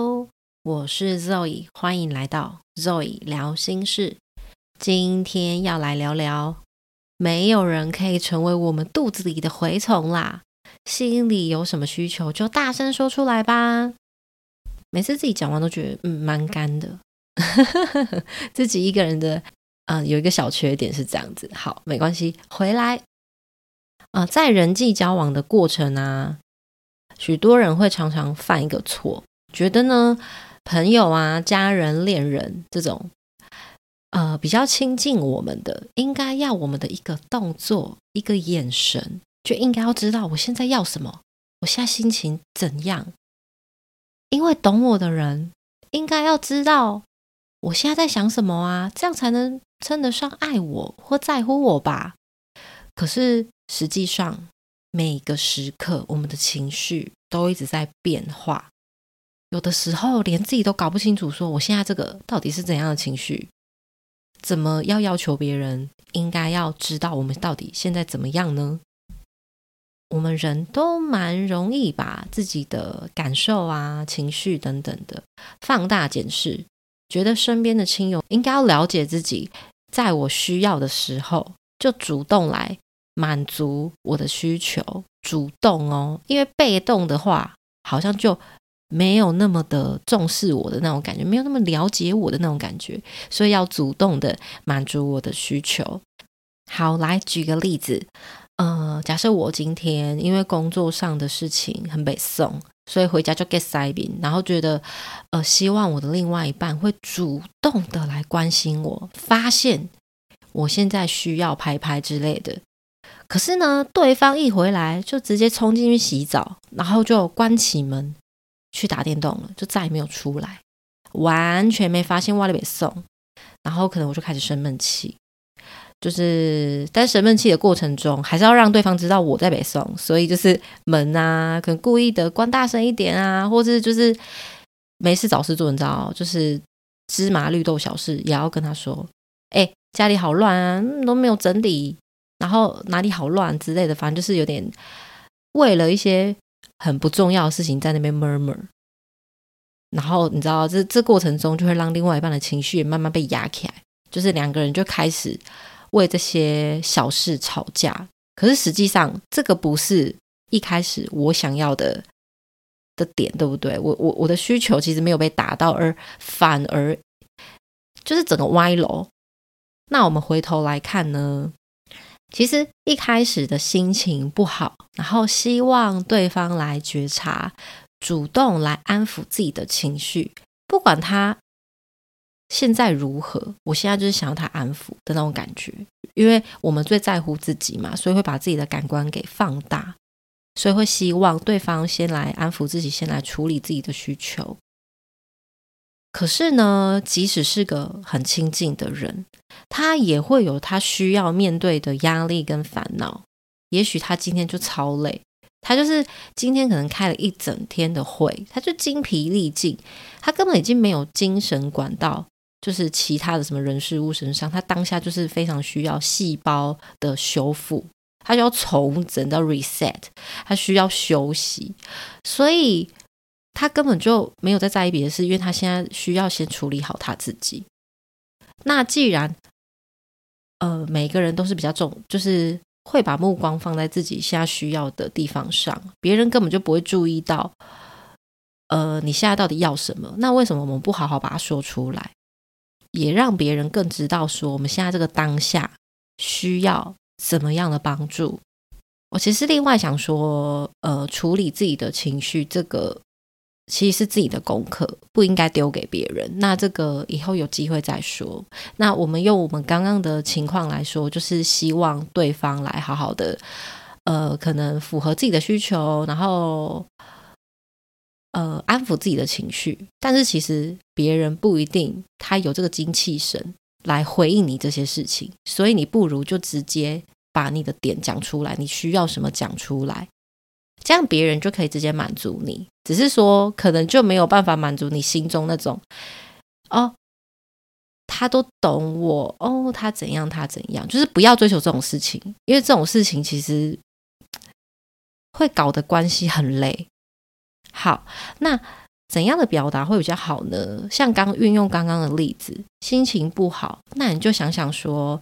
Hello，我是 Zoe， 欢迎来到 Zoe 聊心事。今天要来聊聊，没有人可以成为我们肚子里的蛔虫啦。心里有什么需求就大声说出来吧。每次自己讲完都觉得蛮干的。自己一个人的有一个小缺点是这样子。好，没关系，回来。在人际交往的过程啊，许多人会常常犯一个错，觉得呢朋友啊、家人、恋人这种比较亲近我们的，应该要我们的一个动作、一个眼神，就应该要知道我现在要什么，我现在心情怎样。因为懂我的人应该要知道我现在在想什么啊，这样才能称得上爱我或在乎我吧。可是实际上每个时刻我们的情绪都一直在变化，有的时候连自己都搞不清楚，说我现在这个到底是怎样的情绪，怎么要求别人应该要知道我们到底现在怎么样呢？我们人都蛮容易把自己的感受啊、情绪等等的放大检视，觉得身边的亲友应该要了解自己，在我需要的时候就主动来满足我的需求，主动哦，因为被动的话好像就没有那么的重视我的那种感觉，没有那么了解我的那种感觉，所以要主动的满足我的需求。好，来举个例子，假设我今天因为工作上的事情很北宋，所以回家就 get 塞宾，然后觉得希望我的另外一半会主动的来关心我，发现我现在需要拍拍之类的。可是呢，对方一回来就直接冲进去洗澡，然后就关起门去打电动了，就再也没有出来，完全没发现我在北宋。然后可能我就开始生闷气，但生闷气的过程中还是要让对方知道我在北宋，所以就是门啊可能故意的关大声一点啊，或者就是没事找事做，你知道，就是芝麻绿豆小事也要跟他说，家里好乱啊，都没有整理，然后哪里好乱之类的，反正就是有点为了一些很不重要的事情在那边 murmur。 然后你知道这过程中就会让另外一半的情绪慢慢被压起来，就是两个人就开始为这些小事吵架。可是实际上这个不是一开始我想要的点，对不对？我的需求其实没有被达到，而反而就是整个歪楼。那我们回头来看呢，其实一开始的心情不好，然后希望对方来觉察，主动来安抚自己的情绪，不管他现在如何，我现在就是想要他安抚的那种感觉。因为我们最在乎自己嘛，所以会把自己的感官给放大，所以会希望对方先来安抚自己，先来处理自己的需求。可是呢，即使是个很亲近的人，他也会有他需要面对的压力跟烦恼。也许他今天就超累，他就是今天可能开了一整天的会，他就精疲力尽，他根本已经没有精神管到就是其他的什么人事物身上，他当下就是非常需要细胞的修复，他需要重整到 reset， 他需要休息，所以他根本就没有在意别的事，因为他现在需要先处理好他自己。那既然每个人都是比较重，就是会把目光放在自己现在需要的地方上，别人根本就不会注意到你现在到底要什么。那为什么我们不好好把它说出来，也让别人更知道说我们现在这个当下需要怎么样的帮助。我其实另外想说处理自己的情绪，这个其实是自己的功课，不应该丢给别人。那这个以后有机会再说。那我们用我们刚刚的情况来说，就是希望对方来好好的可能符合自己的需求，然后安抚自己的情绪。但是其实别人不一定他有这个精气神来回应你这些事情，所以你不如就直接把你的点讲出来，你需要什么讲出来，这样别人就可以直接满足你。只是说可能就没有办法满足你心中那种他都懂我他怎样他怎样，就是不要追求这种事情，因为这种事情其实会搞得关系很累。好，那怎样的表达会比较好呢？像运用刚刚的例子，心情不好，那你就想想说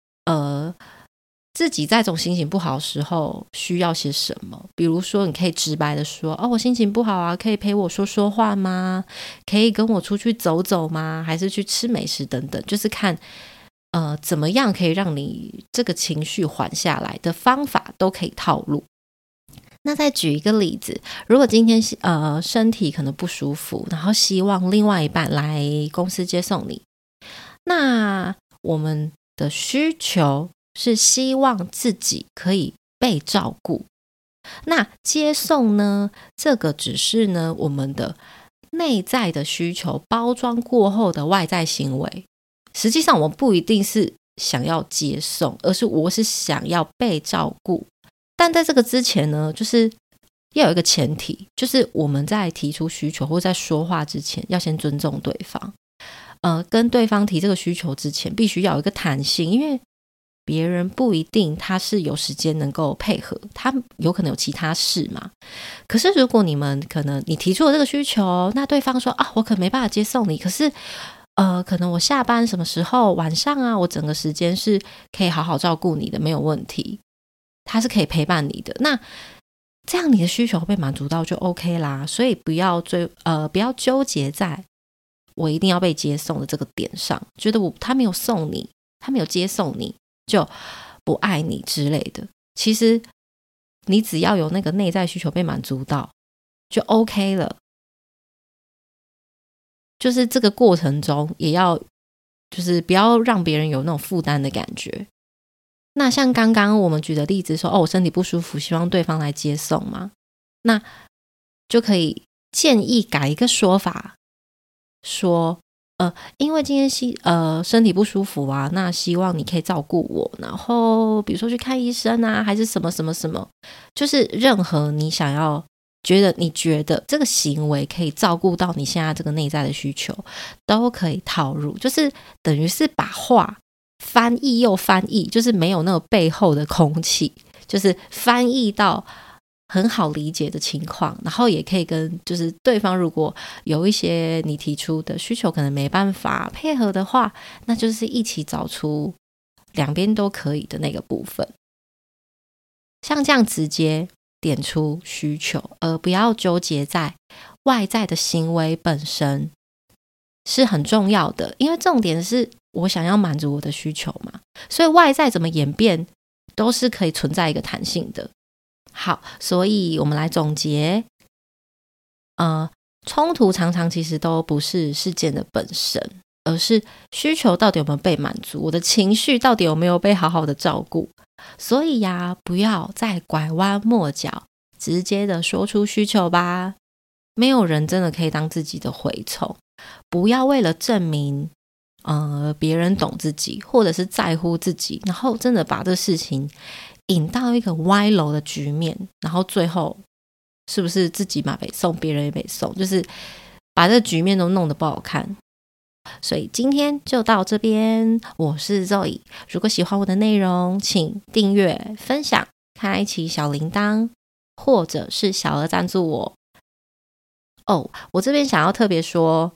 自己在这种心情不好的时候需要些什么。比如说你可以直白的说，我心情不好啊，可以陪我说说话吗？可以跟我出去走走吗？还是去吃美食等等，就是看怎么样可以让你这个情绪缓下来的方法都可以套路。那再举一个例子，如果今天身体可能不舒服，然后希望另外一半来公司接送你，那我们的需求是希望自己可以被照顾，那接送呢，这个只是呢我们的内在的需求包装过后的外在行为。实际上我不一定是想要接送，而是我是想要被照顾。但在这个之前呢，就是要有一个前提，就是我们在提出需求或在说话之前要先尊重对方。跟对方提这个需求之前必须要有一个弹性，因为别人不一定他是有时间能够配合，他有可能有其他事嘛。可是如果你提出了这个需求，那对方说我可能没办法接送你，可是可能我下班什么时候晚上啊，我整个时间是可以好好照顾你的，没有问题，他是可以陪伴你的，那这样你的需求被满足到就 OK 啦。所以不要纠结在我一定要被接送的这个点上，觉得他没有送你，他没有接送你就不爱你之类的。其实你只要有那个内在需求被满足到就 OK 了。就是这个过程中也要就是不要让别人有那种负担的感觉。那像刚刚我们举的例子说，我身体不舒服，希望对方来接送嘛，那就可以建议改一个说法，说因为今天身体不舒服啊，那希望你可以照顾我，然后比如说去看医生啊，还是什么什么什么，就是任何你觉得这个行为可以照顾到你现在这个内在的需求，都可以套入，就是等于是把话翻译又翻译，就是没有那个背后的空气，就是翻译到很好理解的情况，然后也可以跟就是对方如果有一些你提出的需求可能没办法配合的话，那就是一起找出两边都可以的那个部分。像这样直接点出需求，而不要纠结在外在的行为本身，是很重要的。因为重点是我想要满足我的需求嘛，所以外在怎么演变都是可以存在一个弹性的。好，所以我们来总结，冲突常常其实都不是事件的本身，而是需求到底有没有被满足，我的情绪到底有没有被好好的照顾。所以呀，不要再拐弯抹角，直接的说出需求吧。没有人真的可以当自己的蛔虫，不要为了证明别人懂自己，或者是在乎自己，然后真的把这事情引到一个歪楼的局面，然后最后是不是自己嘛被送，别人也被送，就是把这个局面都弄得不好看。所以今天就到这边，我是 Zoe。如果喜欢我的内容，请订阅、分享、开启小铃铛，或者是小额赞助我。我这边想要特别说，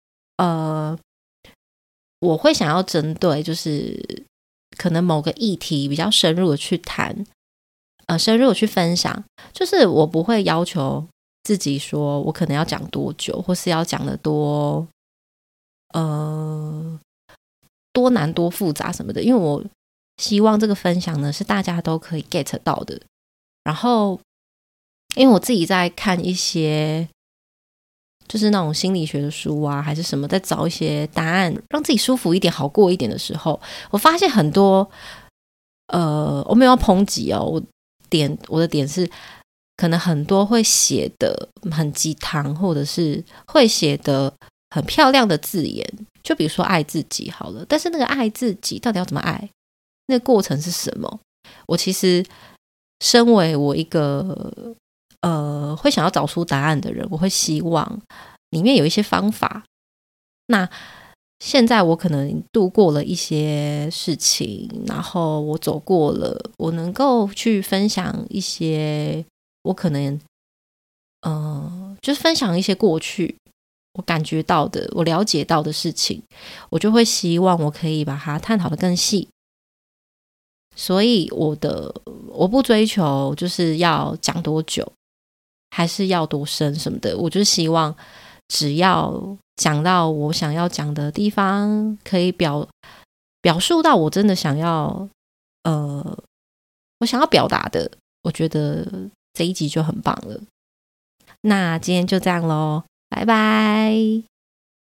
我会想要针对就是可能某个议题比较深入的去谈，深入的去分享，就是我不会要求自己说我可能要讲多久，或是要讲的多难多复杂什么的，因为我希望这个分享呢是大家都可以 get 到的。然后因为我自己在看一些就是那种心理学的书啊还是什么，在找一些答案让自己舒服一点好过一点的时候，我发现很多我没有要抨击哦，我的点是可能很多会写的很鸡汤，或者是会写的很漂亮的字眼，就比如说爱自己好了，但是那个爱自己到底要怎么爱，那个过程是什么？我其实身为我一个会想要找出答案的人，我会希望里面有一些方法。那现在我可能度过了一些事情，然后我走过了，我能够去分享一些我可能就是分享一些过去我感觉到的，我了解到的事情，我就会希望我可以把它探讨的更细。所以我不追求就是要讲多久，还是要多深什么的，我就希望只要讲到我想要讲的地方，可以表述到我真的想要我想要表达的，我觉得这一集就很棒了。那今天就这样咯，拜拜。